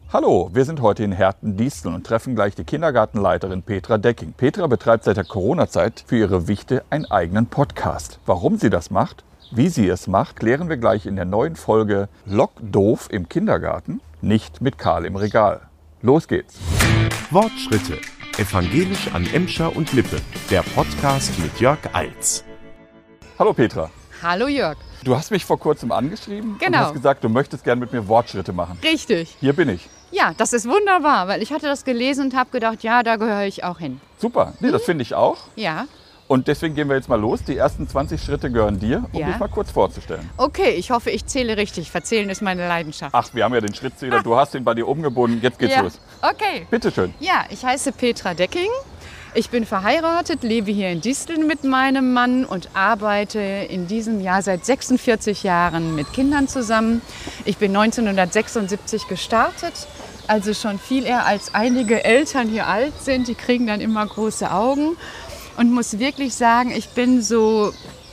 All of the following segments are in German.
Hallo, wir sind heute in Herten-Disteln und treffen gleich die Kindergartenleiterin Petra Decking. Petra betreibt seit der Corona-Zeit für ihre Wichte einen eigenen Podcast. Warum sie das macht, wie sie es macht, klären wir gleich in der neuen Folge Lockdoof im Kindergarten, nicht mit Karl im Regal. Los geht's! Wortschritte. Evangelisch an Emscher und Lippe. Der Podcast mit Jörg Eils. Hallo Petra. Hallo Jörg. Du hast mich vor kurzem angeschrieben und Genau. hast gesagt, du möchtest gerne mit mir Wortschritte machen. Richtig. Hier bin ich. Ja, das ist wunderbar, weil ich hatte das gelesen und habe gedacht, ja, da gehöre ich auch hin. Super, nee, das finde ich auch. Ja. Und deswegen gehen wir jetzt mal los. Die ersten 20 Schritte gehören dir, um Ja. dich mal kurz vorzustellen. Okay, ich hoffe, ich zähle richtig. Verzählen ist meine Leidenschaft. Ach, wir haben ja den Schrittzähler, du hast ihn bei dir umgebunden, jetzt geht's ja. los. Okay. Bitte schön. Ja, ich heiße Petra Decking. Ich bin verheiratet, lebe hier in Disteln mit meinem Mann und arbeite in diesem Jahr seit 46 Jahren mit Kindern zusammen. Ich bin 1976 gestartet, also schon viel eher als einige Eltern hier alt sind. Die kriegen dann immer große Augen und muss wirklich sagen, ich bin so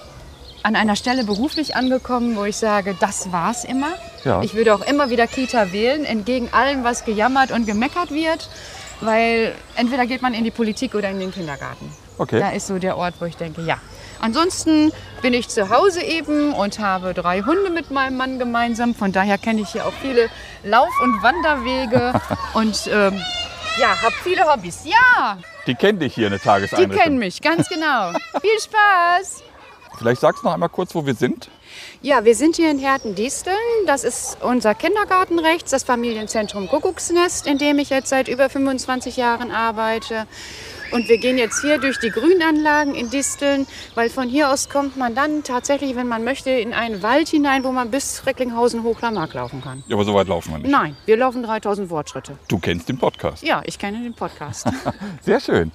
an einer Stelle beruflich angekommen, wo ich sage, das war's immer. Ja. Ich würde auch immer wieder Kita wählen, entgegen allem, was gejammert und gemeckert wird. Weil entweder geht man in die Politik oder in den Kindergarten. Okay. Da ist so der Ort, wo ich denke, ja. Ansonsten bin ich zu Hause eben und habe 3 Hunde mit meinem Mann gemeinsam. Von daher kenne ich hier auch viele Lauf- und Wanderwege und ja, habe viele Hobbys. Ja, Die kennen dich hier, eine die Tageseinrichtung. kennen mich, ganz genau. Viel Spaß! Vielleicht sagst du noch einmal kurz, wo wir sind. Ja, wir sind hier in Herten-Disteln. Das ist unser Kindergarten rechts, das Familienzentrum Kuckucksnest, in dem ich jetzt seit über 25 Jahren arbeite. Und wir gehen jetzt hier durch die Grünanlagen in Disteln, weil von hier aus kommt man dann tatsächlich, wenn man möchte, in einen Wald hinein, wo man bis Recklinghausen-Hochlarmark laufen kann. Ja, aber so weit laufen wir nicht. Nein, wir laufen 3000 Wortschritte. Du kennst den Podcast. Ja, ich kenne den Podcast. Sehr schön.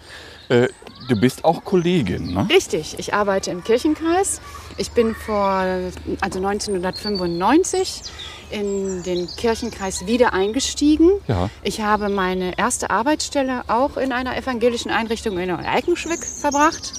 Du bist auch Kollegin, ne? Richtig, ich arbeite im Kirchenkreis. Ich bin 1995 in den Kirchenkreis wieder eingestiegen. Ja. Ich habe meine erste Arbeitsstelle auch in einer evangelischen Einrichtung in Eikenschwick verbracht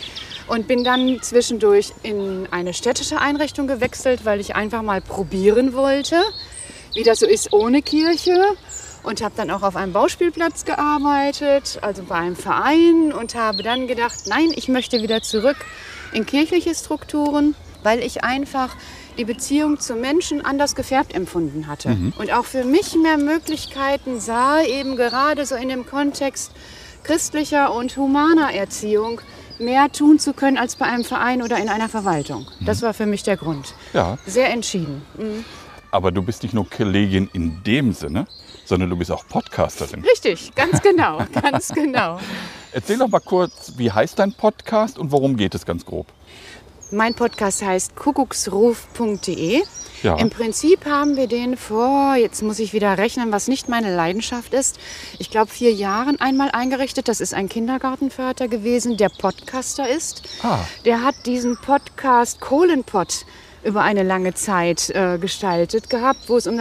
und bin dann zwischendurch in eine städtische Einrichtung gewechselt, weil ich einfach mal probieren wollte, wie das so ist ohne Kirche. Und habe dann auch auf einem Bauspielplatz gearbeitet, also bei einem Verein, und habe dann gedacht, nein, ich möchte wieder zurück in kirchliche Strukturen, weil ich einfach die Beziehung zu Menschen anders gefärbt empfunden hatte. Und auch für mich mehr Möglichkeiten sah, eben gerade so in dem Kontext christlicher und humaner Erziehung, mehr tun zu können als bei einem Verein oder in einer Verwaltung. Das war für mich der Grund. Ja. Sehr entschieden. Aber du bist nicht nur Kollegin in dem Sinne, sondern du bist auch Podcasterin. Richtig, ganz genau, ganz genau. Erzähl doch mal kurz, wie heißt dein Podcast und worum geht es ganz grob? Mein Podcast heißt kuckucksruf.de. Ja. Im Prinzip haben wir den vor, jetzt muss ich wieder rechnen, was nicht meine Leidenschaft ist, ich glaube 4 Jahren einmal eingerichtet. Das ist ein Kindergartenvater gewesen, der Podcaster ist. Ah. Der hat diesen Podcast Kohlenpott über eine lange Zeit gestaltet gehabt, wo es um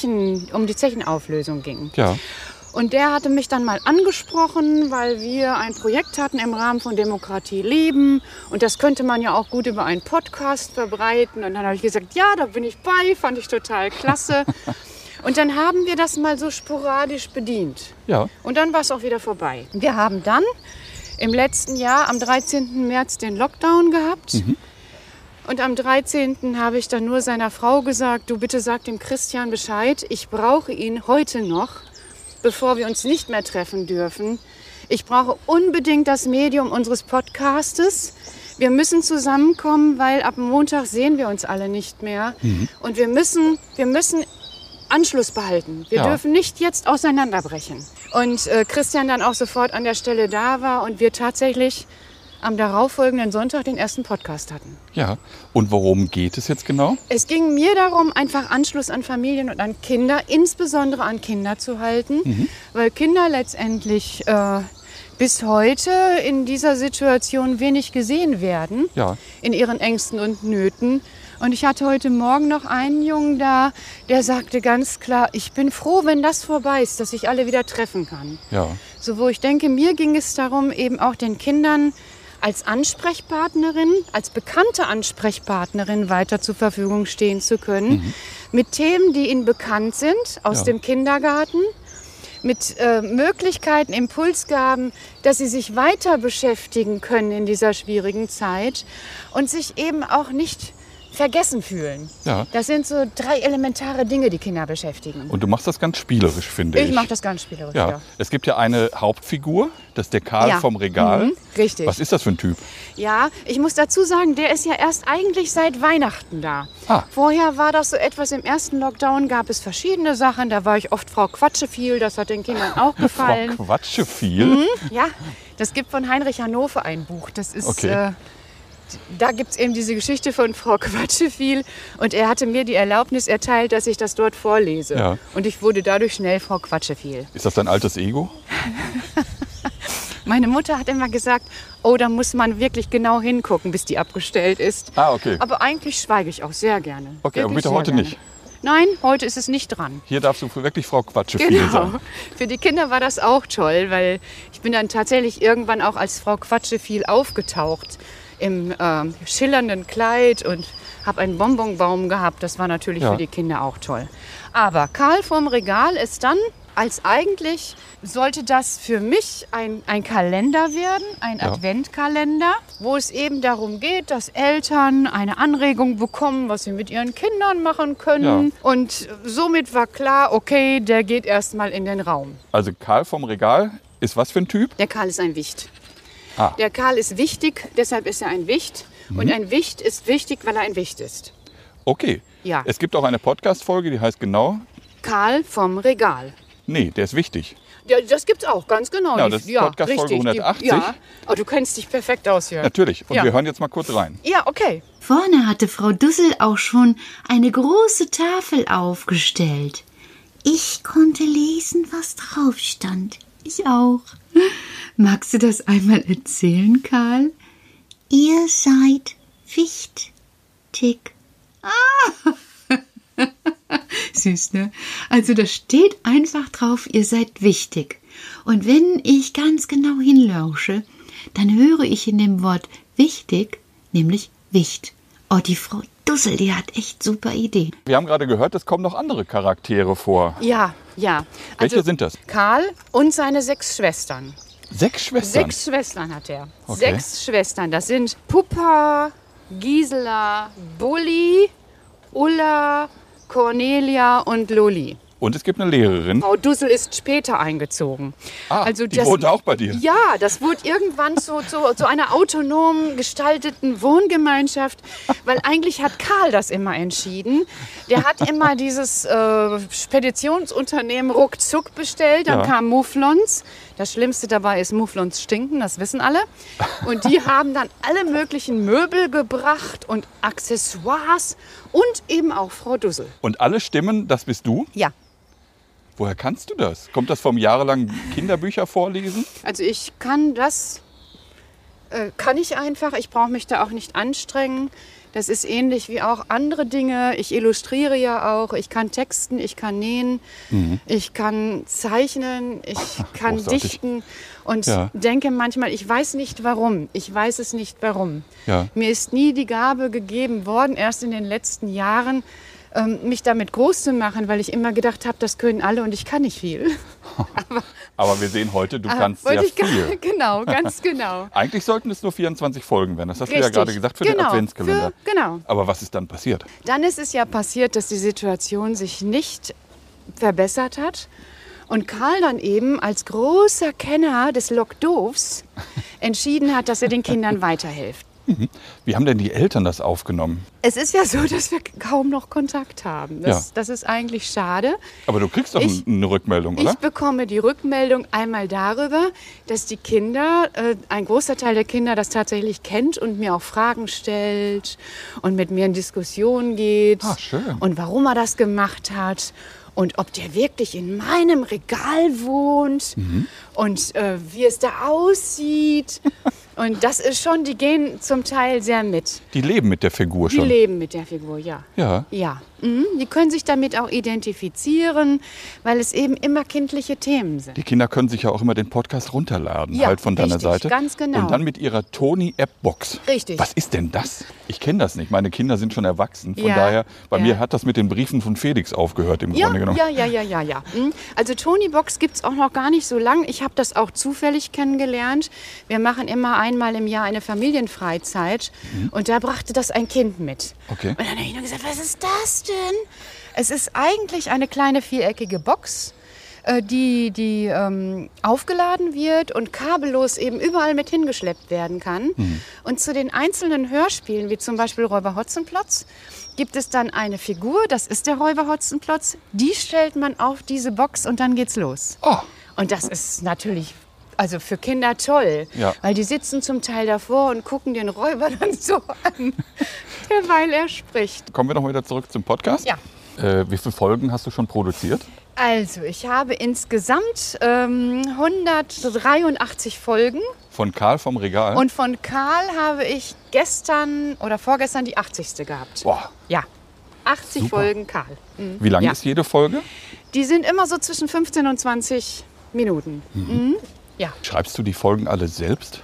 die Zechenauflösung ging. Ja. Und der hatte mich dann mal angesprochen, weil wir ein Projekt hatten im Rahmen von Demokratie leben. Und das könnte man ja auch gut über einen Podcast verbreiten. Und dann habe ich gesagt, ja, da bin ich bei, fand ich total klasse. Und dann haben wir das mal so sporadisch bedient. Ja. Und dann war es auch wieder vorbei. Wir haben dann im letzten Jahr am 13. März den Lockdown gehabt. Und am 13. habe ich dann nur seiner Frau gesagt, du bitte sag dem Christian Bescheid, ich brauche ihn heute noch, bevor wir uns nicht mehr treffen dürfen. Ich brauche unbedingt das Medium unseres Podcastes. Wir müssen zusammenkommen, weil ab Montag sehen wir uns alle nicht mehr. Und wir müssen Anschluss behalten. Wir dürfen nicht jetzt auseinanderbrechen. Und Christian dann auch sofort an der Stelle da war und wir tatsächlich am darauffolgenden Sonntag den ersten Podcast hatten. Ja. Und worum geht es jetzt genau? Es ging mir darum, einfach Anschluss an Familien und an Kinder, insbesondere an Kinder zu halten, weil Kinder letztendlich bis heute in dieser Situation wenig gesehen werden, in ihren Ängsten und Nöten. Und ich hatte heute Morgen noch einen Jungen da, der sagte ganz klar, ich bin froh, wenn das vorbei ist, dass ich alle wieder treffen kann. Ja. So, wo ich denke, mir ging es darum, eben auch den Kindern als Ansprechpartnerin, als bekannte Ansprechpartnerin weiter zur Verfügung stehen zu können. mit Themen, die ihnen bekannt sind aus dem Kindergarten, mit Möglichkeiten, Impulsgaben, dass sie sich weiter beschäftigen können in dieser schwierigen Zeit und sich eben auch nicht vergessen fühlen. Ja. Das sind so 3 elementare Dinge, die Kinder beschäftigen. Und du machst das ganz spielerisch, finde ich. Ich mache das ganz spielerisch, ja. Es gibt ja eine Hauptfigur, das ist der Karl vom Regal. Richtig. Was ist das für ein Typ? Ja, ich muss dazu sagen, der ist ja erst eigentlich seit Weihnachten da. Ah. Vorher war das so etwas, im ersten Lockdown gab es verschiedene Sachen. Da war ich oft Frau Quatscheviel, das hat den Kindern auch gefallen. Frau Quatscheviel? Ja, das gibt von Heinrich Hannover ein Buch. Das ist... Okay. Da gibt es eben diese Geschichte von Frau Quatscheviel und er hatte mir die Erlaubnis erteilt, dass ich das dort vorlese. Ja. Und ich wurde dadurch schnell Frau Quatscheviel. Ist das dein altes Ego? Meine Mutter hat immer gesagt, oh, da muss man wirklich genau hingucken, bis die abgestellt ist. Ah, okay. Aber eigentlich schweige ich auch sehr gerne. Okay, aber Wirklich bitte sehr heute gerne. nicht. Nein, heute ist es nicht dran. Hier darfst du wirklich Frau Quatscheviel sein. Genau. Für die Kinder war das auch toll, weil ich bin dann tatsächlich irgendwann auch als Frau Quatscheviel aufgetaucht. Im schillernden Kleid und habe einen Bonbonbaum gehabt. Das war natürlich für die Kinder auch toll. Aber Karl vom Regal ist dann, als eigentlich sollte das für mich ein Kalender werden, ein Adventkalender, wo es eben darum geht, dass Eltern eine Anregung bekommen, was sie mit ihren Kindern machen können. Ja. Und somit war klar, okay, der geht erstmal in den Raum. Also Karl vom Regal ist was für ein Typ? Der Karl ist ein Wicht. Ah. Der Karl ist wichtig, deshalb ist er ein Wicht. Und ein Wicht ist wichtig, weil er ein Wicht ist. Okay. Ja. Es gibt auch eine Podcast-Folge, die heißt genau... Karl vom Regal. Nee, der ist wichtig. Ja, das gibt's auch, ganz genau. Ja, das ist Podcast-Folge 180. Ja, oh, du kennst dich perfekt aus, Jörg. Natürlich. Und Ja. wir hören jetzt mal kurz rein. Ja, okay. Vorne hatte Frau Dussel auch schon eine große Tafel aufgestellt. Ich konnte lesen, was drauf stand. Ich auch. Magst du das einmal erzählen, Karl? Ihr seid wichtig. Süß, ne? Also da steht einfach drauf, ihr seid wichtig. Und wenn ich ganz genau hinlausche, dann höre ich in dem Wort wichtig, nämlich Wicht. Oh, die Frau Dussel, die hat echt super Ideen. Wir haben gerade gehört, es kommen noch andere Charaktere vor. Ja, ja. Welche sind das? Karl und seine 6 Schwestern. 6 Schwestern? 6 Schwestern hat er. Okay. 6 Schwestern. Das sind Puppa, Gisela, Bulli, Ulla, Cornelia und Loli. Und es gibt eine Lehrerin. Frau Dussel ist später eingezogen. Die wohnt auch bei dir. Ja, das wurde irgendwann zu einer autonom gestalteten Wohngemeinschaft, weil eigentlich hat Karl das immer entschieden. Der hat immer dieses Speditionsunternehmen ruckzuck bestellt, dann kam Mouflons. Das Schlimmste dabei ist, Mouflons stinken, das wissen alle. Und die haben dann alle möglichen Möbel gebracht und Accessoires und eben auch Frau Dussel. Und alle Stimmen, das bist du? Ja. Woher kannst du das? Kommt das vom jahrelangen Kinderbücher vorlesen? Also ich kann das, kann ich einfach. Ich brauche mich da auch nicht anstrengen. Das ist ähnlich wie auch andere Dinge. Ich illustriere ja auch. Ich kann texten, ich kann nähen, ich kann zeichnen, ich kann Großartig. dichten. Und Ja. denke manchmal, ich weiß nicht warum. Ich weiß es nicht warum. Ja. Mir ist nie die Gabe gegeben worden, erst in den letzten Jahren, mich damit groß zu machen, weil ich immer gedacht habe, das können alle und ich kann nicht viel. Aber wir sehen heute, du kannst sehr Wollte ich viel. Genau, ganz genau. Eigentlich sollten es nur 24 Folgen werden. Das hast du ja Richtig. gerade gesagt für den Genau, Adventskalender. genau. Aber was ist dann passiert? Dann ist es ja passiert, dass die Situation sich nicht verbessert hat. Und Karl dann eben als großer Kenner des Lockdoofs entschieden hat, dass er den Kindern weiterhilft. Wie haben denn die Eltern das aufgenommen? Es ist ja so, dass wir kaum noch Kontakt haben. Das ist eigentlich schade. Aber du kriegst doch eine Rückmeldung, oder? Ich bekomme die Rückmeldung einmal darüber, dass die Kinder, ein großer Teil der Kinder das tatsächlich kennt und mir auch Fragen stellt und mit mir in Diskussion geht. Ah, schön. Und warum er das gemacht hat. Und ob der wirklich in meinem Regal wohnt und wie es da aussieht. Und das ist schon, die gehen zum Teil sehr mit. Die leben mit der Figur Die schon. leben mit der Figur, ja. Ja. Ja. Die können sich damit auch identifizieren, weil es eben immer kindliche Themen sind. Die Kinder können sich ja auch immer den Podcast runterladen, Ja, halt von deiner richtig, Seite. ganz genau. Und dann mit ihrer Toni-App-Box. Richtig. Was ist denn das? Ich kenne das nicht. Meine Kinder sind schon erwachsen. Von Ja, daher, bei ja. mir hat das mit den Briefen von Felix aufgehört im Grunde genommen. Ja. Also Toni-Box gibt es auch noch gar nicht so lang. Ich habe das auch zufällig kennengelernt. Wir machen immer einmal im Jahr eine Familienfreizeit. Und da brachte das ein Kind mit. Okay. Und dann habe ich nur gesagt, was ist das denn? Es ist eigentlich eine kleine viereckige Box, die aufgeladen wird und kabellos eben überall mit hingeschleppt werden kann. Und zu den einzelnen Hörspielen, wie zum Beispiel Räuber Hotzenplotz, gibt es dann eine Figur, das ist der Räuber Hotzenplotz, die stellt man auf diese Box und dann geht's los. Oh. Und das ist natürlich also für Kinder toll, Ja. weil die sitzen zum Teil davor und gucken den Räuber dann so an, derweil er spricht. Kommen wir noch mal wieder zurück zum Podcast. Ja. Wie viele Folgen hast du schon produziert? Also, ich habe insgesamt 183 Folgen Von Karl vom Regal? und von Karl habe ich gestern oder vorgestern die 80. gehabt. Boah, Ja, 80 Super. Folgen Karl. wie lang Ja. ist jede Folge? Die sind immer so zwischen 15 und 20 Minuten. Ja, Schreibst du die Folgen alle selbst?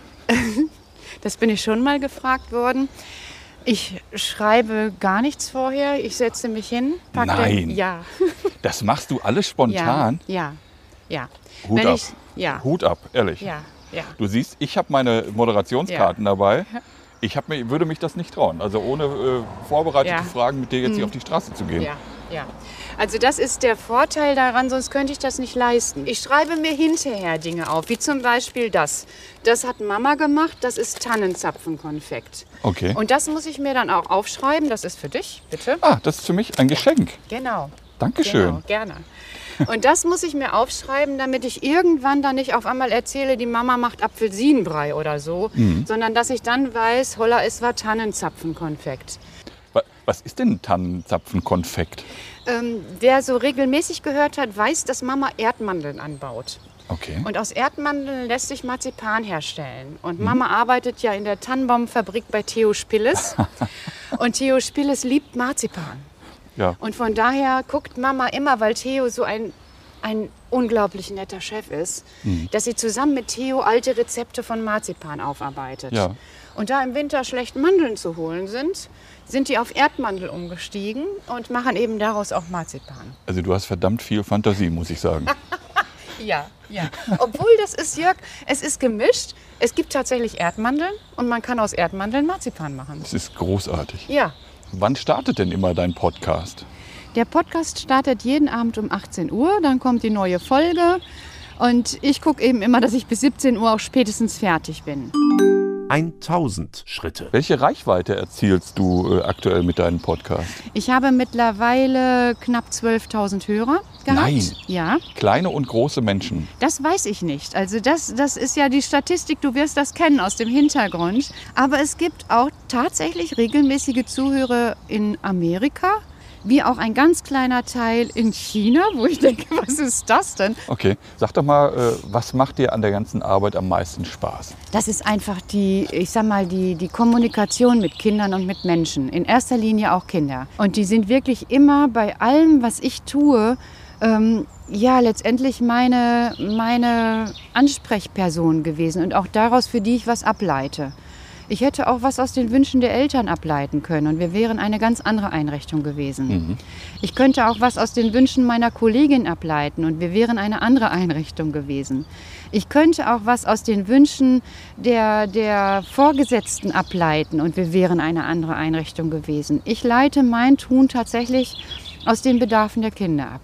das bin ich schon mal gefragt worden. Ich schreibe gar nichts vorher. Ich setze mich hin. Nein. Ja. Das machst du alles spontan? Ja. Hut Wenn ab. ich- ja. Hut ab, ehrlich. Ja. Du siehst, ich habe meine Moderationskarten dabei. Ich würde mich das nicht trauen. Also ohne vorbereitete Ja. Fragen mit dir jetzt hier auf die Straße zu gehen. Ja. Also das ist der Vorteil daran, sonst könnte ich das nicht leisten. Ich schreibe mir hinterher Dinge auf, wie zum Beispiel das. Das hat Mama gemacht, das ist Tannenzapfenkonfekt. Okay. Und das muss ich mir dann auch aufschreiben. Das ist für dich, bitte. Ah, das ist für mich ein Geschenk. Genau. Dankeschön. Genau, gerne. Und das muss ich mir aufschreiben, damit ich irgendwann dann nicht auf einmal erzähle, die Mama macht Apfelsinenbrei oder so, sondern dass ich dann weiß, holla, es war Tannenzapfenkonfekt. Was ist denn Tannenzapfenkonfekt? Wer so regelmäßig gehört hat, weiß, dass Mama Erdmandeln anbaut. Okay. Und aus Erdmandeln lässt sich Marzipan herstellen. Und Mama arbeitet ja in der Tannenbaumfabrik bei Theo Spilles. Und Theo Spilles liebt Marzipan. Ja. Und von daher guckt Mama immer, weil Theo so ein unglaublich netter Chef ist, dass sie zusammen mit Theo alte Rezepte von Marzipan aufarbeitet. Ja. Und da im Winter schlecht Mandeln zu holen sind die auf Erdmandel umgestiegen und machen eben daraus auch Marzipan. Also du hast verdammt viel Fantasie, muss ich sagen. Ja. Obwohl das ist, Jörg, es ist gemischt. Es gibt tatsächlich Erdmandeln und man kann aus Erdmandeln Marzipan machen. Das ist großartig. Ja. Wann startet denn immer dein Podcast? Der Podcast startet jeden Abend um 18 Uhr, dann kommt die neue Folge und ich gucke eben immer, dass ich bis 17 Uhr auch spätestens fertig bin. 1000 Schritte. Welche Reichweite erzielst du aktuell mit deinem Podcast? Ich habe mittlerweile knapp 12.000 Hörer gehabt. Nein. Ja, Kleine und große Menschen. das weiß ich nicht. Also das ist ja die Statistik, du wirst das kennen aus dem Hintergrund. Aber es gibt auch tatsächlich regelmäßige Zuhörer in Amerika, wie auch ein ganz kleiner Teil in China, wo ich denke, was ist das denn? Okay, sag doch mal, was macht dir an der ganzen Arbeit am meisten Spaß? Das ist einfach die Kommunikation mit Kindern und mit Menschen. In erster Linie auch Kinder. Und die sind wirklich immer bei allem, was ich tue, letztendlich meine Ansprechperson gewesen und auch daraus, für die ich was ableite. Ich hätte auch was aus den Wünschen der Eltern ableiten können und wir wären eine ganz andere Einrichtung gewesen. Ich könnte auch was aus den Wünschen meiner Kollegin ableiten und wir wären eine andere Einrichtung gewesen. Ich könnte auch was aus den Wünschen der Vorgesetzten ableiten und wir wären eine andere Einrichtung gewesen. Ich leite mein Tun tatsächlich aus den Bedarfen der Kinder ab.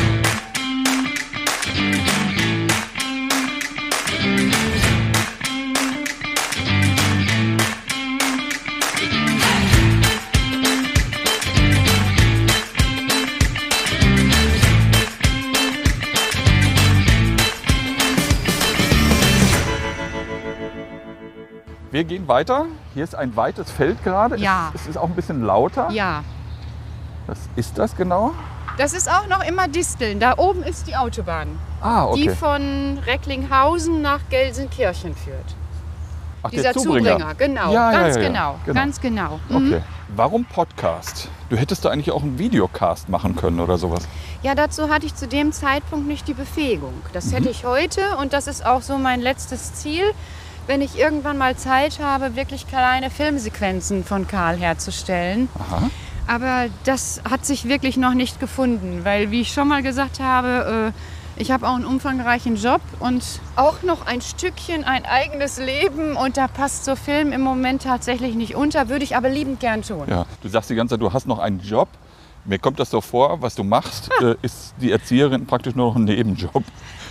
Wir gehen weiter. Hier ist ein weites Feld gerade. Ja. Es ist auch ein bisschen lauter. Ja, Was ist das genau? das ist auch noch immer Disteln. Da oben ist die Autobahn, Ah, die okay. von Recklinghausen nach Gelsenkirchen führt. Ach, Dieser der Zubringer. Genau, Ja, ganz ja, ja. genau, Genau. ganz genau. Okay. Warum Podcast? Du hättest da eigentlich auch einen Videocast machen können oder sowas. Ja, dazu hatte ich zu dem Zeitpunkt nicht die Befähigung. Das hätte ich heute und das ist auch so mein letztes Ziel, wenn ich irgendwann mal Zeit habe, wirklich kleine Filmsequenzen von Karl herzustellen. Aha. Aber das hat sich wirklich noch nicht gefunden, weil, wie ich schon mal gesagt habe, ich habe auch einen umfangreichen Job und auch noch ein Stückchen ein eigenes Leben und da passt so Film im Moment tatsächlich nicht unter, würde ich aber liebend gern tun. Ja, du sagst die ganze Zeit, du hast noch einen Job. Mir kommt das so vor, was du machst, ist die Erzieherin praktisch nur noch ein Nebenjob.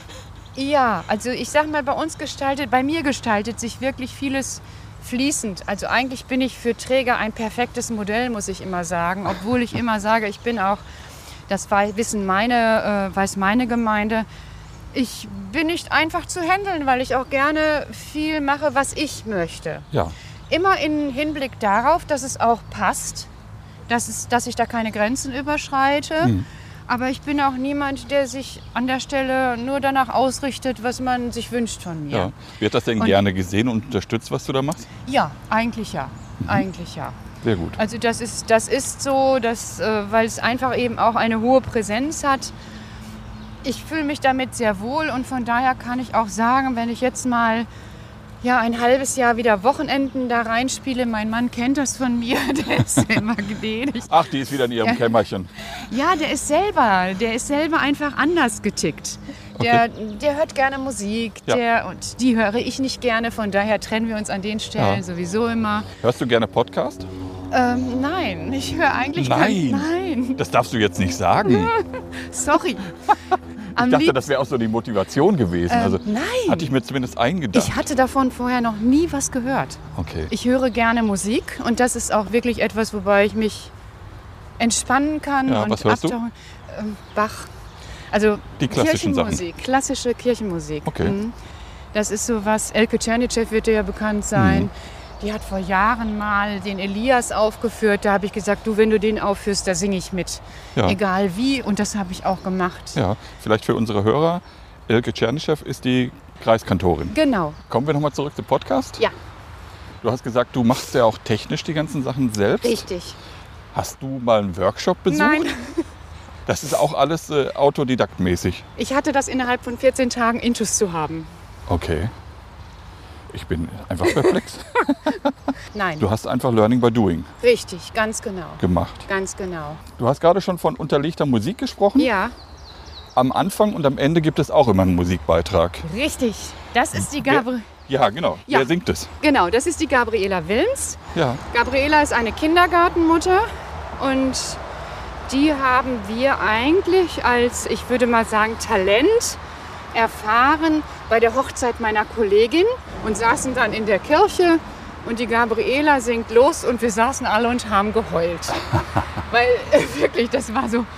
Ja, also ich sag mal, bei mir gestaltet sich wirklich vieles fließend. Also eigentlich bin ich für Träger ein perfektes Modell, muss ich immer sagen, obwohl ich immer sage, ich bin auch, das weiß meine Gemeinde, ich bin nicht einfach zu handeln, weil ich auch gerne viel mache, was ich möchte. Ja, Immer im Hinblick darauf, dass es auch passt, dass ich da keine Grenzen überschreite. Aber ich bin auch niemand, der sich an der Stelle nur danach ausrichtet, was man sich wünscht von mir. ja. Wird das denn Und- gerne gesehen und unterstützt, was du da machst? Ja, eigentlich ja. Eigentlich ja. Sehr gut. Also das ist so, weil es einfach eben auch eine hohe Präsenz hat. Ich fühle mich damit sehr wohl und von daher kann ich auch sagen, wenn ich jetzt mal ein halbes Jahr wieder Wochenenden da reinspiele, mein Mann kennt das von mir, der ist immer gnädig. Ach, die ist wieder in ihrem Kämmerchen. Ja, der ist selber einfach anders getickt. Der hört gerne Musik, Ja. und die höre ich nicht gerne, von daher trennen wir uns an den Stellen Ja. sowieso immer. Hörst du gerne Podcast? Nein, ich höre eigentlich Nein. Das darfst du jetzt nicht sagen. Sorry. Ich dachte, das wäre auch so die Motivation gewesen. Also nein. hatte ich mir zumindest eingedacht. Ich hatte davon vorher noch nie was gehört. Okay. Ich höre gerne Musik und das ist auch wirklich etwas, wobei ich mich entspannen kann Ja, und was hörst du? abtauchen. Bach. Also Die klassischen Sachen. Kirchenmusik, klassische Kirchenmusik. Okay. Mhm. Das ist so was, Elke Czernyschew wird dir ja bekannt sein. Die hat vor Jahren mal den Elias aufgeführt. Da habe ich gesagt, du, wenn du den aufführst, da singe ich mit. Ja. Egal wie. Und das habe ich auch gemacht. Ja, vielleicht für unsere Hörer. Elke Czernyschew ist die Kreiskantorin. Genau. Kommen wir nochmal zurück zum Podcast. Ja, Du hast gesagt, du machst ja auch technisch die ganzen Sachen selbst. richtig. Hast du mal einen Workshop besucht? Nein. Das ist auch alles autodidaktmäßig. Ich hatte das innerhalb von 14 Tagen Intus zu haben. Okay. Ich bin einfach perplex. Nein, Du hast einfach Learning by Doing richtig, ganz genau. gemacht. Ganz genau. Du hast gerade schon von unterlegter Musik gesprochen. Ja, Am Anfang und am Ende gibt es auch immer einen Musikbeitrag. richtig. Das ist die Gabriela. Ja, genau. Ja. Wer singt es? Genau, das ist die Gabriela Wilms. Ja. Gabriela ist eine Kindergartenmutter und die haben wir eigentlich als, ich würde mal sagen, Talent erfahren bei der Hochzeit meiner Kollegin und saßen dann in der Kirche und die Gabriela singt los und wir saßen alle und haben geheult. Weil wirklich, das war so...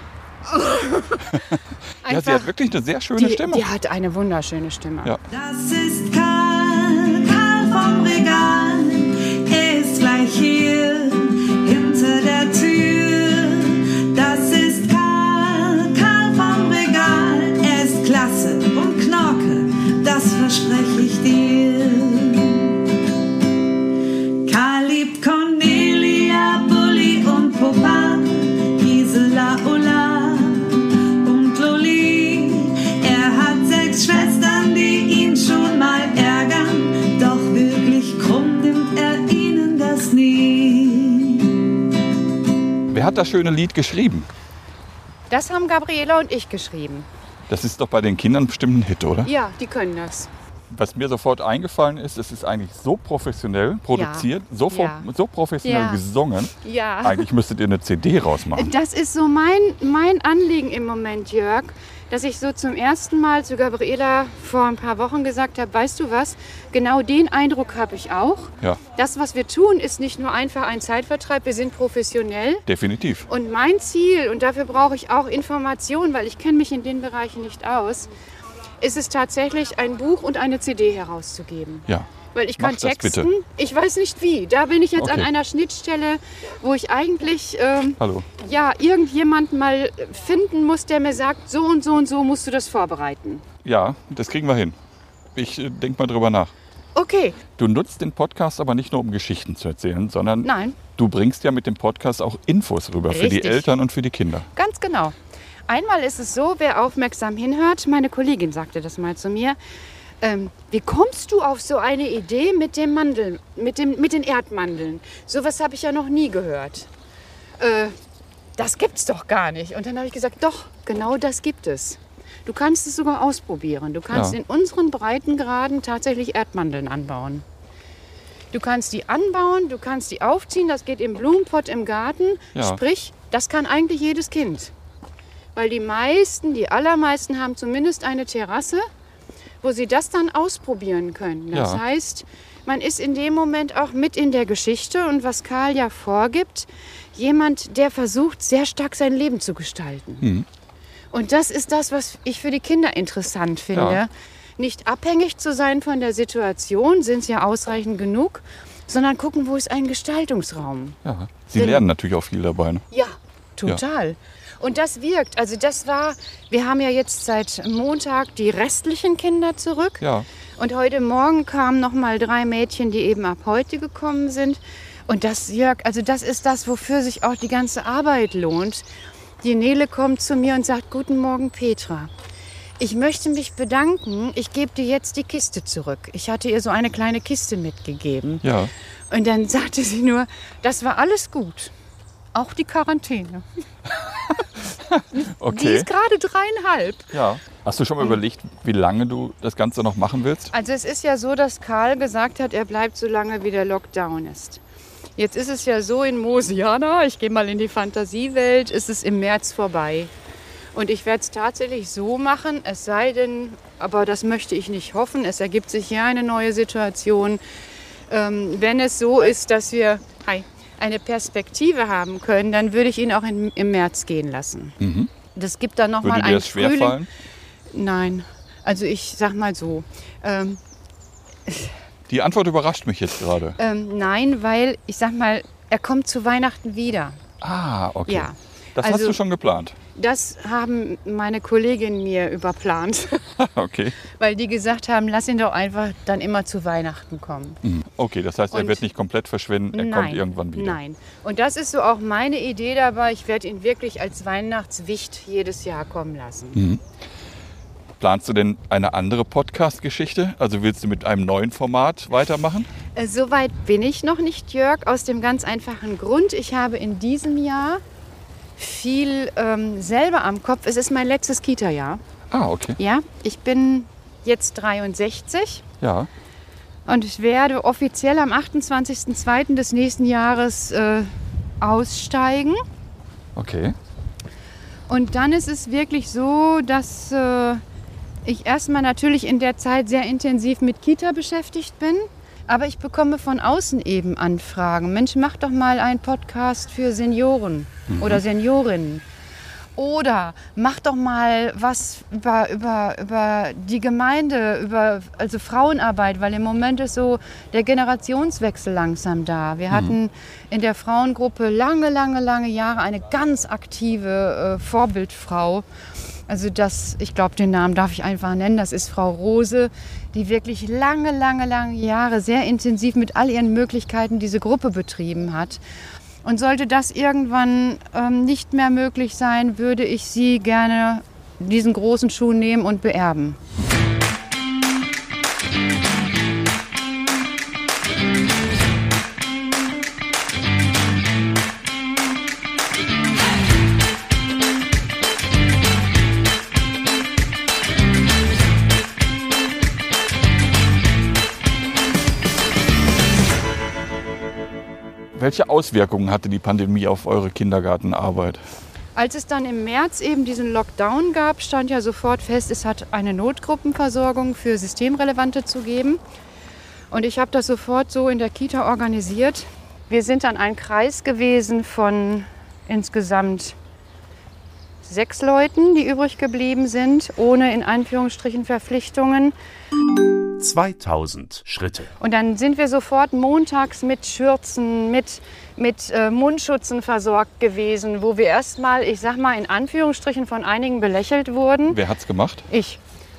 Ja, sie hat wirklich eine sehr schöne Stimme. Die hat eine wunderschöne Stimme. Ja. Das ist Karl vom Regal. Er ist gleich hier hinter der Tür. Das ist Karl vom Regal. Er ist klasse und Knorke, das verspreche ich dir. Karl liebt Cornelia, Bulli und Popa, Gisela, Ulla und Loli. Er hat 6 Schwestern, die ihn schon mal ärgern, doch wirklich krumm nimmt er ihnen das nie. Wer hat das schöne Lied geschrieben? Das haben Gabriela und ich geschrieben. Das ist doch bei den Kindern bestimmt ein Hit, oder? Ja, die können das. Was mir sofort eingefallen ist, es ist eigentlich so professionell produziert, so professionell Ja. gesungen. Ja. Eigentlich müsstet ihr eine CD rausmachen. Das ist so mein Anliegen im Moment, Jörg, dass ich so zum ersten Mal zu Gabriela vor ein paar Wochen gesagt habe, weißt du was, genau den Eindruck habe ich auch. Ja, Das, was wir tun, ist nicht nur einfach ein Zeitvertreib, wir sind professionell. definitiv. Und mein Ziel, und dafür brauche ich auch Informationen, weil ich kenne mich in den Bereichen nicht aus, ist es tatsächlich, ein Buch und eine CD herauszugeben. Ja. Weil ich kann Mach das texten, bitte. ich weiß nicht wie. Da bin ich jetzt an Okay. einer Schnittstelle, wo ich eigentlich Hallo. irgendjemand mal finden muss, der mir sagt, so und so und so musst du das vorbereiten. Ja, das kriegen wir hin. Ich denke mal drüber nach. Okay. Du nutzt den Podcast aber nicht nur, um Geschichten zu erzählen, sondern Nein. du bringst ja mit dem Podcast auch Infos rüber für die Richtig. Eltern und für die Kinder. Ganz genau. Einmal ist es so, wer aufmerksam hinhört, meine Kollegin sagte das mal zu mir, wie kommst du auf so eine Idee mit dem Mandel, mit den Erdmandeln? Sowas habe ich ja noch nie gehört. Das gibt's doch gar nicht. Und dann habe ich gesagt, doch, genau das gibt es. Du kannst es sogar ausprobieren. Du kannst in unseren Breitengraden tatsächlich Erdmandeln anbauen. Du kannst die anbauen, du kannst die aufziehen, das geht im Blumenpott im Garten. Ja. Sprich, das kann eigentlich jedes Kind. Weil die allermeisten haben zumindest eine Terrasse, wo sie das dann ausprobieren können. Das heißt, man ist in dem Moment auch mit in der Geschichte und was Karl ja vorgibt, jemand, der versucht, sehr stark sein Leben zu gestalten. Und das ist das, was ich für die Kinder interessant finde. Ja. Nicht abhängig zu sein von der Situation, sind sie ja ausreichend genug, sondern gucken, wo ist ein Gestaltungsraum. Ja. Sie lernen natürlich auch viel dabei. Ne? Ja, total. Und das wirkt. Also wir haben ja jetzt seit Montag die restlichen Kinder zurück. Ja. Und heute Morgen kamen noch mal 3 Mädchen, die eben ab heute gekommen sind. Und das, Jörg, also das ist das, wofür sich auch die ganze Arbeit lohnt. Die Nele kommt zu mir und sagt, guten Morgen, Petra. Ich möchte mich bedanken, ich gebe dir jetzt die Kiste zurück. Ich hatte ihr so eine kleine Kiste mitgegeben. Ja. Und dann sagte sie nur, das war alles gut. Auch die Quarantäne. Okay. Die ist gerade 3,5. Ja. Hast du schon mal überlegt, wie lange du das Ganze noch machen willst? Also es ist ja so, dass Karl gesagt hat, er bleibt so lange, wie der Lockdown ist. Jetzt ist es ja so in Mosiana, ich gehe mal in die Fantasiewelt, ist es im März vorbei. Und ich werde es tatsächlich so machen, es sei denn, aber das möchte ich nicht hoffen, es ergibt sich hier eine neue Situation. Wenn es so ist, dass wir eine Perspektive haben können, dann würde ich ihn auch im März gehen lassen. Das gibt dann nochmal einen Frühling. Würde dir das schwerfallen? Nein, also ich sag mal so. Die Antwort überrascht mich jetzt gerade. Nein, weil ich sag mal, er kommt zu Weihnachten wieder. Ah, okay. Ja. Das Also, hast du schon geplant? Das haben meine Kolleginnen mir überplant. Okay. Weil die gesagt haben, lass ihn doch einfach dann immer zu Weihnachten kommen. Okay, das heißt, er Und wird nicht komplett verschwinden, er kommt irgendwann wieder. Nein. Und das ist so auch meine Idee dabei. Ich werde ihn wirklich als Weihnachtswicht jedes Jahr kommen lassen. Planst du denn eine andere Podcast-Geschichte? Also willst du mit einem neuen Format weitermachen? Soweit bin ich noch nicht, Jörg, aus dem ganz einfachen Grund. Ich habe in diesem Jahr viel selber am Kopf. Es ist mein letztes Kita-Jahr. Ah, okay. Ja, ich bin jetzt 63 Ja. und ich werde offiziell am 28.02. des nächsten Jahres aussteigen. Okay. Und dann ist es wirklich so, dass ich erstmal natürlich in der Zeit sehr intensiv mit Kita beschäftigt bin. Aber ich bekomme von außen eben Anfragen. Mensch, mach doch mal einen Podcast für Senioren oder Seniorinnen. Oder mach doch mal was über die Gemeinde, also Frauenarbeit, weil im Moment ist so der Generationswechsel langsam da. Wir hatten in der Frauengruppe lange Jahre eine ganz aktive Vorbildfrau. Also ich glaube, den Namen darf ich einfach nennen, das ist Frau Rose, die wirklich lange Jahre sehr intensiv mit all ihren Möglichkeiten diese Gruppe betrieben hat. Und sollte das irgendwann nicht mehr möglich sein, würde ich sie gerne diesen großen Schuh nehmen und beerben. Welche Auswirkungen hatte die Pandemie auf eure Kindergartenarbeit? Als es dann im März eben diesen Lockdown gab, stand ja sofort fest, es hat eine Notgruppenversorgung für Systemrelevante zu geben. Und ich habe das sofort so in der Kita organisiert. Wir sind dann ein Kreis gewesen von insgesamt 6 Leuten, die übrig geblieben sind, ohne in Anführungsstrichen Verpflichtungen. 2000 Schritte. Und dann sind wir sofort montags mit Schürzen, mit Mundschutzen versorgt gewesen, wo wir erstmal, ich sag mal in Anführungsstrichen, von einigen belächelt wurden. Wer hat's gemacht? Ich.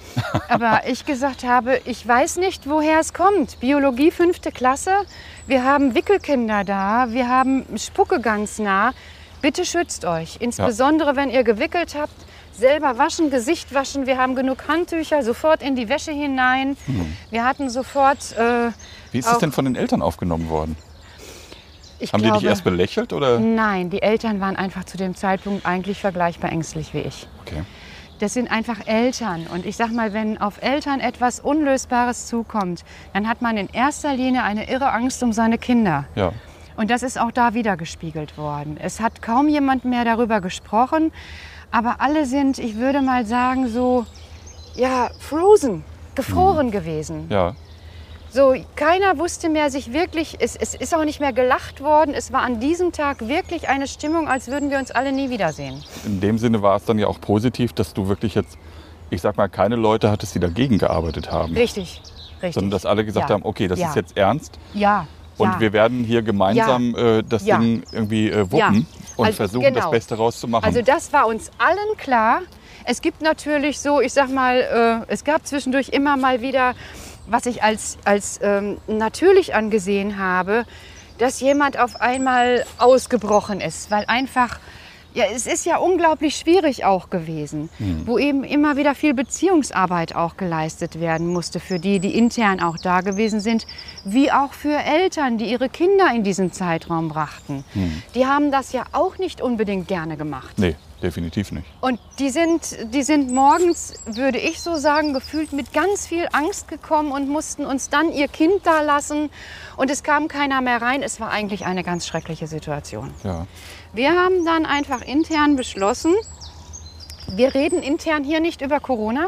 Aber ich gesagt habe, ich weiß nicht, woher es kommt. Biologie 5. Klasse, wir haben Wickelkinder da, wir haben Spucke ganz nah. Bitte schützt euch, insbesondere wenn ihr gewickelt habt. Selber waschen, Gesicht waschen. Wir haben genug Handtücher, sofort in die Wäsche hinein. Wir hatten sofort... Wie ist es denn von den Eltern aufgenommen worden? Haben die dich erst belächelt? Oder? Nein, die Eltern waren einfach zu dem Zeitpunkt eigentlich vergleichbar ängstlich wie ich. Okay. Das sind einfach Eltern. Und ich sag mal, wenn auf Eltern etwas Unlösbares zukommt, dann hat man in erster Linie eine irre Angst um seine Kinder. Ja. Und das ist auch da wieder gespiegelt worden. Es hat kaum jemand mehr darüber gesprochen. Aber alle sind, ich würde mal sagen, so, ja, frozen, gefroren gewesen. Ja. So, keiner wusste mehr sich wirklich, es ist auch nicht mehr gelacht worden. Es war an diesem Tag wirklich eine Stimmung, als würden wir uns alle nie wiedersehen. In dem Sinne war es dann ja auch positiv, dass du wirklich jetzt, ich sag mal, keine Leute hattest, die dagegen gearbeitet haben. Richtig, richtig. Sondern dass alle gesagt haben, okay, das ist jetzt ernst. Ja. Und wir werden hier gemeinsam das Ding irgendwie wuppen und versuchen, das Beste rauszumachen. Also das war uns allen klar. Es gibt natürlich so, ich sag mal, es gab zwischendurch immer mal wieder, was ich als natürlich angesehen habe, dass jemand auf einmal ausgebrochen ist, weil einfach, ja, es ist ja unglaublich schwierig auch gewesen, wo eben immer wieder viel Beziehungsarbeit auch geleistet werden musste für die, die intern auch da gewesen sind, wie auch für Eltern, die ihre Kinder in diesen Zeitraum brachten. Die haben das ja auch nicht unbedingt gerne gemacht. Nee, definitiv nicht. Und die sind morgens, würde ich so sagen, gefühlt mit ganz viel Angst gekommen und mussten uns dann ihr Kind da lassen. Und es kam keiner mehr rein. Es war eigentlich eine ganz schreckliche Situation. Ja. Wir haben dann einfach intern beschlossen, wir reden intern hier nicht über Corona.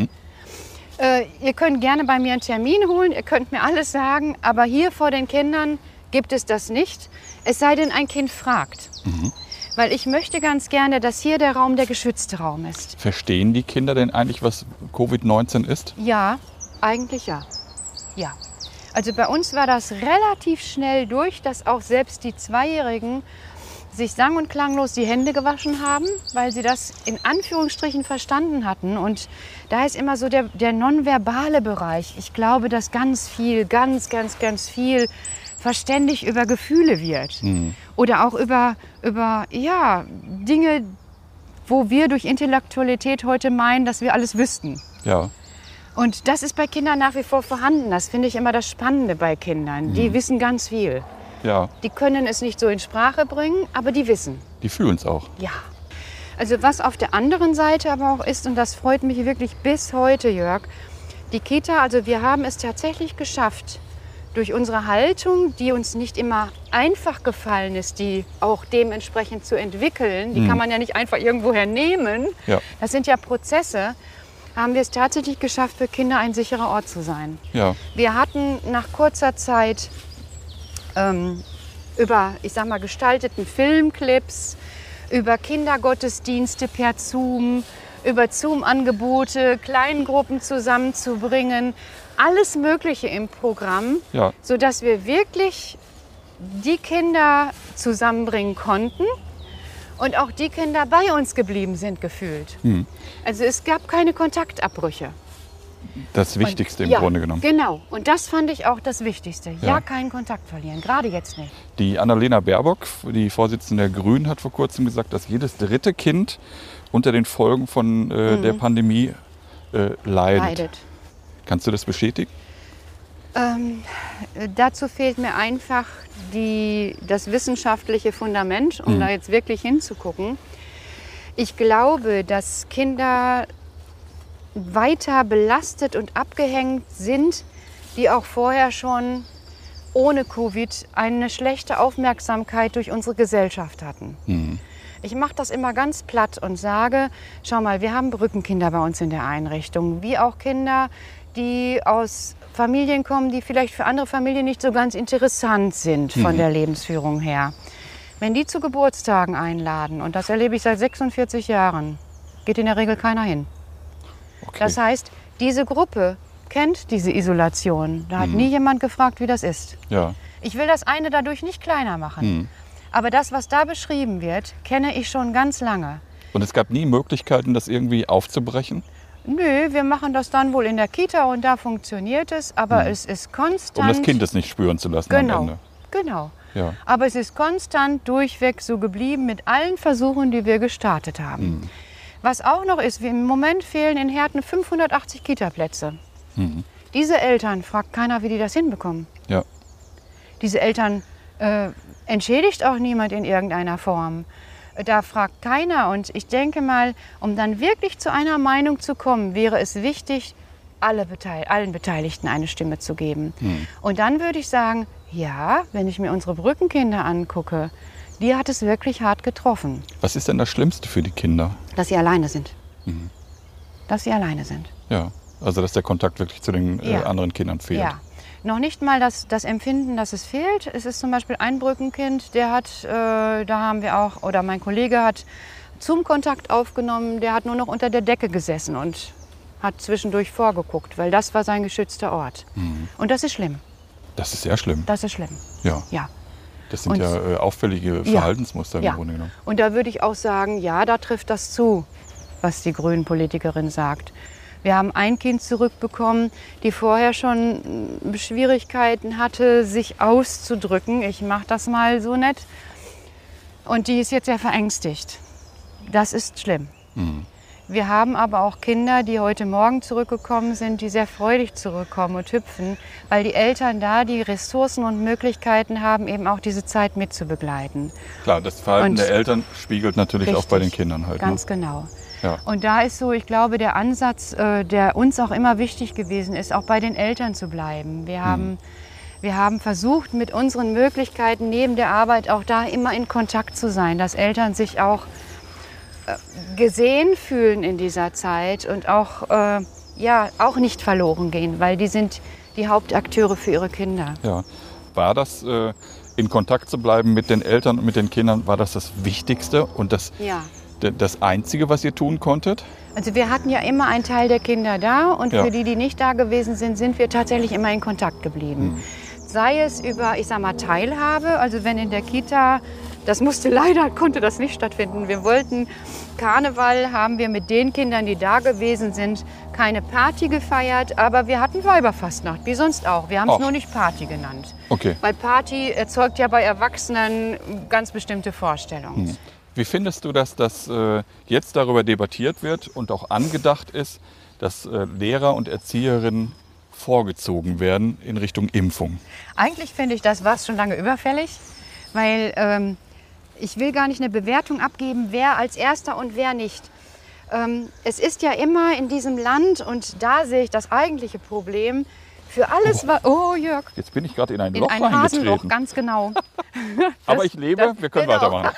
Ihr könnt gerne bei mir einen Termin holen, ihr könnt mir alles sagen, aber hier vor den Kindern gibt es das nicht. Es sei denn, ein Kind fragt. Weil ich möchte ganz gerne, dass hier der Raum der geschützte Raum ist. Verstehen die Kinder denn eigentlich, was Covid-19 ist? Ja, eigentlich ja. Ja. Also bei uns war das relativ schnell durch, dass auch selbst die Zweijährigen sich sang- und klanglos die Hände gewaschen haben, weil sie das in Anführungsstrichen verstanden hatten. Und da ist immer so der nonverbale Bereich. Ich glaube, dass ganz viel, ganz viel verständlich über Gefühle wird. Oder auch über ja, Dinge, wo wir durch Intellektualität heute meinen, dass wir alles wüssten. Ja. Und das ist bei Kindern nach wie vor vorhanden. Das finde ich immer das Spannende bei Kindern. Die wissen ganz viel. Ja. Die können es nicht so in Sprache bringen, aber die wissen. Die fühlen es auch. Ja. Also was auf der anderen Seite aber auch ist, und das freut mich wirklich bis heute, Jörg, die Kita, also wir haben es tatsächlich geschafft, durch unsere Haltung, die uns nicht immer einfach gefallen ist, die auch dementsprechend zu entwickeln, die kann man ja nicht einfach irgendwoher nehmen, Ja. das sind ja Prozesse, haben wir es tatsächlich geschafft, für Kinder ein sicherer Ort zu sein. Ja. Wir hatten nach kurzer Zeit über, ich sag mal, gestalteten Filmclips, über Kindergottesdienste per Zoom, über Zoom-Angebote, Kleingruppen zusammenzubringen, alles Mögliche im Programm, Ja. sodass wir wirklich die Kinder zusammenbringen konnten und auch die Kinder bei uns geblieben sind gefühlt. Also es gab keine Kontaktabbrüche. Das Wichtigste im Ja, Grunde genommen. Genau. Und das fand ich auch das Wichtigste. Ja. Ja, keinen Kontakt verlieren. Gerade jetzt nicht. Die Annalena Baerbock, die Vorsitzende der Grünen, hat vor kurzem gesagt, dass jedes dritte Kind unter den Folgen von der Pandemie leidet. Kannst du das bestätigen? Dazu fehlt mir einfach das wissenschaftliche Fundament, um da jetzt wirklich hinzugucken. Ich glaube, dass Kinder weiter belastet und abgehängt sind, die auch vorher schon ohne Covid eine schlechte Aufmerksamkeit durch unsere Gesellschaft hatten. Ich mache das immer ganz platt und sage, schau mal, wir haben Brückenkinder bei uns in der Einrichtung, wie auch Kinder, die aus Familien kommen, die vielleicht für andere Familien nicht so ganz interessant sind von der Lebensführung her. Wenn die zu Geburtstagen einladen, und das erlebe ich seit 46 Jahren, geht in der Regel keiner hin. Okay. Das heißt, diese Gruppe kennt diese Isolation. Da hat nie jemand gefragt, wie das ist. Ja. Ich will das eine dadurch nicht kleiner machen. Aber das, was da beschrieben wird, kenne ich schon ganz lange. Und es gab nie Möglichkeiten, das irgendwie aufzubrechen? Nö, wir machen das dann wohl in der Kita und da funktioniert es, aber es ist konstant. Um das Kind es nicht spüren zu lassen am Ende. Genau. Ja. Aber es ist konstant durchweg so geblieben mit allen Versuchen, die wir gestartet haben. Was auch noch ist, im Moment fehlen in Herten 580 Kita-Plätze. Diese Eltern fragt keiner, wie die das hinbekommen. Ja. Diese Eltern entschädigt auch niemand in irgendeiner Form. Da fragt keiner. Und ich denke mal, um dann wirklich zu einer Meinung zu kommen, wäre es wichtig, allen Beteiligten eine Stimme zu geben. Und dann würde ich sagen, ja, wenn ich mir unsere Brückenkinder angucke, die hat es wirklich hart getroffen. Was ist denn das Schlimmste für die Kinder? Dass sie alleine sind. Dass sie alleine sind. Ja, also dass der Kontakt wirklich zu den anderen Kindern fehlt. Ja. Noch nicht mal das Empfinden, dass es fehlt. Es ist zum Beispiel ein Brückenkind, der hat, da haben wir auch, oder mein Kollege hat Zoom-Kontakt aufgenommen, der hat nur noch unter der Decke gesessen und hat zwischendurch vorgeguckt, weil das war sein geschützter Ort. Und das ist schlimm. Das ist sehr schlimm. Das ist schlimm. Ja. Ja. Das sind auffällige Verhaltensmuster im Grunde genommen. Und da würde ich auch sagen, ja, da trifft das zu, was die Grünen-Politikerin sagt. Wir haben ein Kind zurückbekommen, die vorher schon Schwierigkeiten hatte, sich auszudrücken. Ich mache das mal so nett. Und die ist jetzt sehr verängstigt. Das ist schlimm. Wir haben aber auch Kinder, die heute Morgen zurückgekommen sind, die sehr freudig zurückkommen und hüpfen, weil die Eltern da die Ressourcen und Möglichkeiten haben, eben auch diese Zeit mitzubegleiten. Klar, das Verhalten der Eltern spiegelt natürlich auch bei den Kindern halt. Ganz genau. Ja. Und da ist so, ich glaube, der Ansatz, der uns auch immer wichtig gewesen ist, auch bei den Eltern zu bleiben. Wir haben versucht, mit unseren Möglichkeiten neben der Arbeit auch da immer in Kontakt zu sein, dass Eltern sich auch gesehen fühlen in dieser Zeit und auch, auch nicht verloren gehen, weil die sind die Hauptakteure für ihre Kinder. Ja. War das, in Kontakt zu bleiben mit den Eltern und mit den Kindern, war das Wichtigste und das Einzige, was ihr tun konntet? Also wir hatten ja immer einen Teil der Kinder da und für die nicht da gewesen sind, sind wir tatsächlich immer in Kontakt geblieben. Sei es über, ich sag mal, Teilhabe, also wenn in der Kita, konnte das nicht stattfinden. Wir wollten Karneval, haben wir mit den Kindern, die da gewesen sind, keine Party gefeiert, aber wir hatten Weiberfastnacht, wie sonst auch. Wir haben es nur nicht Party genannt. Okay. Weil Party erzeugt ja bei Erwachsenen ganz bestimmte Vorstellungen. Wie findest du, dass das jetzt darüber debattiert wird und auch angedacht ist, dass Lehrer und Erzieherinnen vorgezogen werden in Richtung Impfung? Eigentlich finde ich, das war schon lange überfällig, weil ich will gar nicht eine Bewertung abgeben, wer als Erster und wer nicht. Es ist ja immer in diesem Land, und da sehe ich das eigentliche Problem, für alles was... Oh, Jörg. Jetzt bin ich gerade in ein Loch reingetreten. In ein Hasenloch, reingetreten. ganz genau. Aber ich lebe, wir können weitermachen.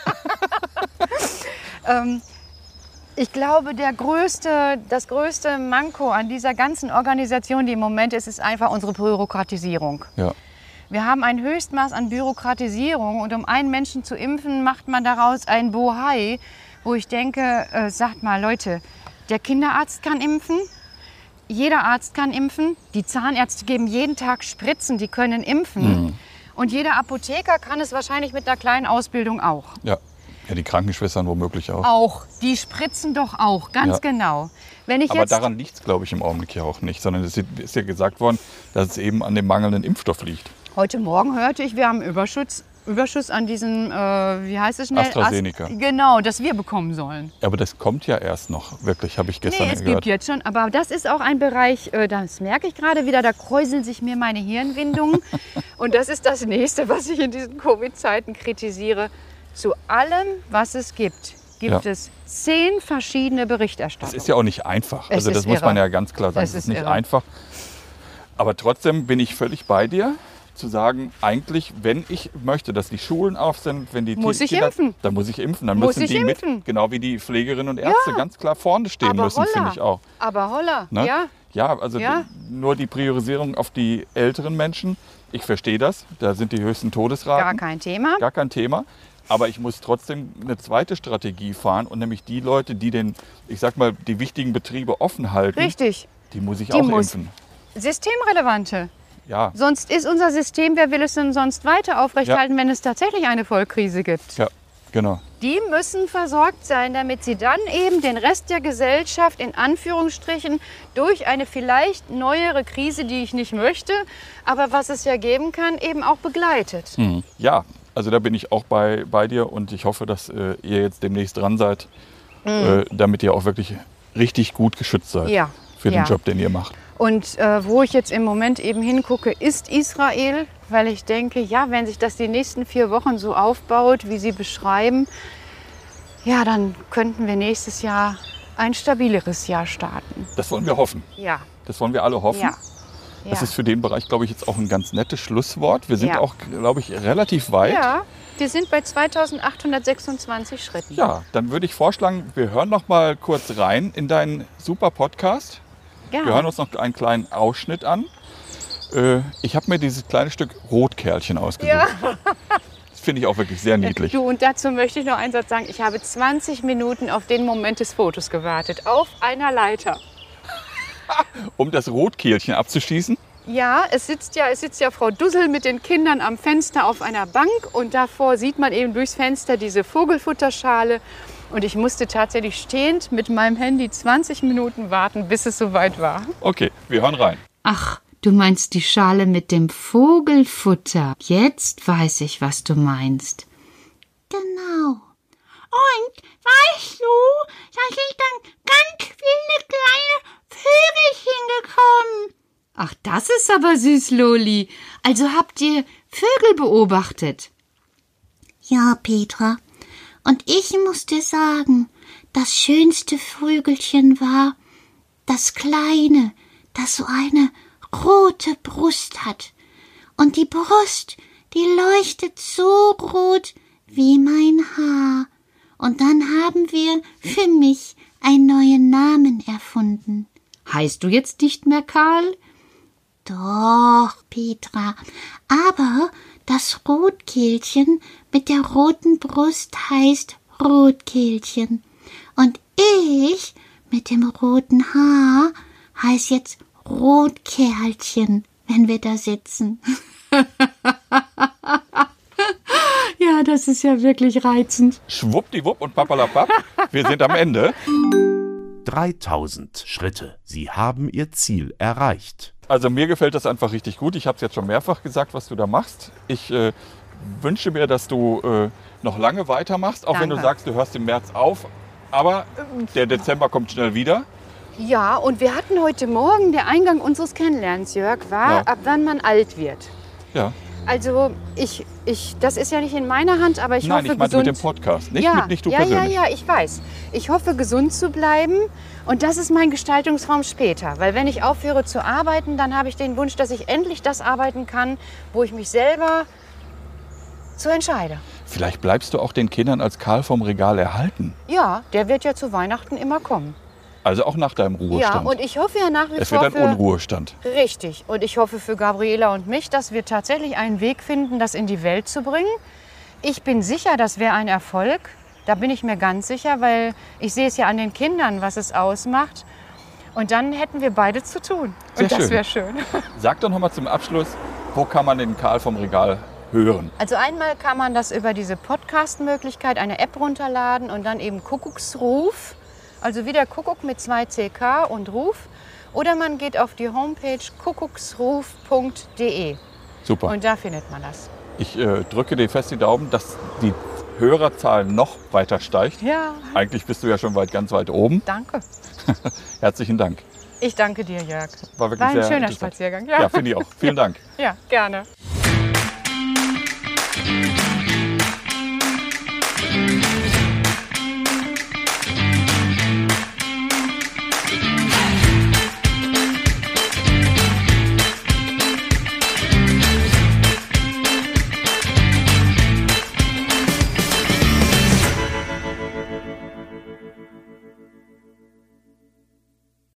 Ich glaube, das größte Manko an dieser ganzen Organisation, die im Moment ist einfach unsere Bürokratisierung. Ja. Wir haben ein Höchstmaß an Bürokratisierung und um einen Menschen zu impfen, macht man daraus ein Bohai, wo ich denke, sagt mal Leute, der Kinderarzt kann impfen, jeder Arzt kann impfen, die Zahnärzte geben jeden Tag Spritzen, die können impfen und jeder Apotheker kann es wahrscheinlich mit einer kleinen Ausbildung auch. Ja, die Krankenschwestern womöglich auch. Auch, die spritzen doch auch, ganz genau. Aber daran liegt es, glaube ich, im Augenblick ja auch nicht, sondern es ist ja gesagt worden, dass es eben an dem mangelnden Impfstoff liegt. Heute Morgen hörte ich, wir haben Überschuss an diesem, wie heißt es schnell? AstraZeneca. Genau, das wir bekommen sollen. Aber das kommt ja erst noch, wirklich, habe ich gestern gehört. Es gibt jetzt schon, aber das ist auch ein Bereich, das merke ich gerade wieder, da kräuseln sich mir meine Hirnwindungen. Und das ist das Nächste, was ich in diesen Covid-Zeiten kritisiere. Zu allem, was es gibt es 10 verschiedene Berichterstattungen. Das ist ja auch nicht einfach. Also das muss man ja ganz klar sagen. Es ist nicht einfach. Aber trotzdem bin ich völlig bei dir, zu sagen, eigentlich, wenn ich möchte, dass die Schulen auf sind, wenn die Kinder, impfen. Dann muss ich impfen. Dann müssen die mit, genau wie die Pflegerinnen und Ärzte, ganz klar vorne stehen müssen, finde ich auch. Aber holla, ne? ja. Ja, also nur die Priorisierung auf die älteren Menschen. Ich verstehe das, da sind die höchsten Todesraten. Gar kein Thema. Aber ich muss trotzdem eine zweite Strategie fahren und nämlich die Leute, die die wichtigen Betriebe offen halten. Richtig. Die muss ich auch impfen. Systemrelevante. Ja. Sonst ist unser System, wer will es denn sonst weiter aufrechthalten, wenn es tatsächlich eine Vollkrise gibt? Ja. Genau. Die müssen versorgt sein, damit sie dann eben den Rest der Gesellschaft in Anführungsstrichen durch eine vielleicht neuere Krise, die ich nicht möchte, aber was es ja geben kann, eben auch begleitet. Ja, also da bin ich auch bei dir und ich hoffe, dass ihr jetzt demnächst dran seid, damit ihr auch wirklich richtig gut geschützt seid für den Job, den ihr macht. Und wo ich jetzt im Moment eben hingucke, ist Israel, weil ich denke, ja, wenn sich das die nächsten 4 Wochen so aufbaut, wie Sie beschreiben, ja, dann könnten wir nächstes Jahr ein stabileres Jahr starten. Das wollen wir hoffen. Ja. Das wollen wir alle hoffen. Ja. Das ist für den Bereich, glaube ich, jetzt auch ein ganz nettes Schlusswort. Wir sind auch, glaube ich, relativ weit. Ja, wir sind bei 2826 Schritten. Ja, dann würde ich vorschlagen, wir hören noch mal kurz rein in deinen super Podcast. Ja. Wir hören uns noch einen kleinen Ausschnitt an. Ich habe mir dieses kleine Stück Rotkerlchen ausgesucht. Ja. Das finde ich auch wirklich sehr niedlich. Du, und dazu möchte ich noch einen Satz sagen. Ich habe 20 Minuten auf den Moment des Fotos gewartet. Auf einer Leiter. Um das Rotkehlchen abzuschießen. Ja, es sitzt ja Frau Dussel mit den Kindern am Fenster auf einer Bank. Und davor sieht man eben durchs Fenster diese Vogelfutterschale. Und ich musste tatsächlich stehend mit meinem Handy 20 Minuten warten, bis es soweit war. Okay, wir hören rein. Ach, du meinst die Schale mit dem Vogelfutter. Jetzt weiß ich, was du meinst. Genau. Und, weißt du, da sind dann ganz viele kleine Vögelchen gekommen. Ach, das ist aber süß, Loli. Also habt ihr Vögel beobachtet? Ja, Petra. Und ich muss dir sagen, das schönste Vögelchen war das Kleine, das so eine rote Brust hat. Und die Brust, die leuchtet so rot wie mein Haar. Und dann haben wir für mich einen neuen Namen erfunden. Heißt du jetzt nicht mehr Karl? Doch, Petra, aber das Rotkehlchen mit der roten Brust heißt Rotkehlchen. Und ich mit dem roten Haar heiß jetzt Rotkerlchen, wenn wir da sitzen. Ja, das ist ja wirklich reizend. Schwuppdiwupp und papalapap, wir sind am Ende. 3000 Schritte. Sie haben Ihr Ziel erreicht. Also mir gefällt das einfach richtig gut. Ich habe es jetzt schon mehrfach gesagt, was du da machst. Ich wünsche mir, dass du noch lange weitermachst, auch wenn du Danke. sagst, du hörst im März auf. Aber der Dezember kommt schnell wieder. Ja, und wir hatten heute Morgen, der Eingang unseres Kennenlernens, Jörg, war, ab wann man alt wird. Ja. Also das ist ja nicht in meiner Hand, aber ich Nein, hoffe ich meinte gesund. mit dem Podcast, nicht du persönlich. Ja, ich weiß. Ich hoffe gesund zu bleiben und das ist mein Gestaltungsraum später. Weil wenn ich aufhöre zu arbeiten, dann habe ich den Wunsch, dass ich endlich das arbeiten kann, wo ich mich selber zu entscheide. Vielleicht bleibst du auch den Kindern als Karl vom Regal erhalten. Ja, der wird ja zu Weihnachten immer kommen. Also auch nach deinem Ruhestand. Ja, und ich hoffe ja nach wie Es vor wird ein Unruhestand. Richtig. Und ich hoffe für Gabriela und mich, dass wir tatsächlich einen Weg finden, das in die Welt zu bringen. Ich bin sicher, das wäre ein Erfolg. Da bin ich mir ganz sicher, weil ich sehe es ja an den Kindern, was es ausmacht. Und dann hätten wir beide zu tun. Und Sehr das schön. wäre schön. Sag doch noch mal zum Abschluss, wo kann man den Karl vom Regal hören? Also einmal kann man das über diese Podcast-Möglichkeit, eine App runterladen und dann eben Kuckucksruf. Also wie der Kuckuck mit 2 CK und Ruf. Oder man geht auf die Homepage kuckucksruf.de. Super. Und da findet man das. Ich drücke dir fest die Daumen, dass die Hörerzahl noch weiter steigt. Ja, Eigentlich bist du ja schon ganz weit oben. danke. Herzlichen Dank. Ich danke dir, Jörg. War wirklich War ein sehr schöner interessant. Spaziergang. Ja, finde ich auch. Vielen Dank. Ja, gerne.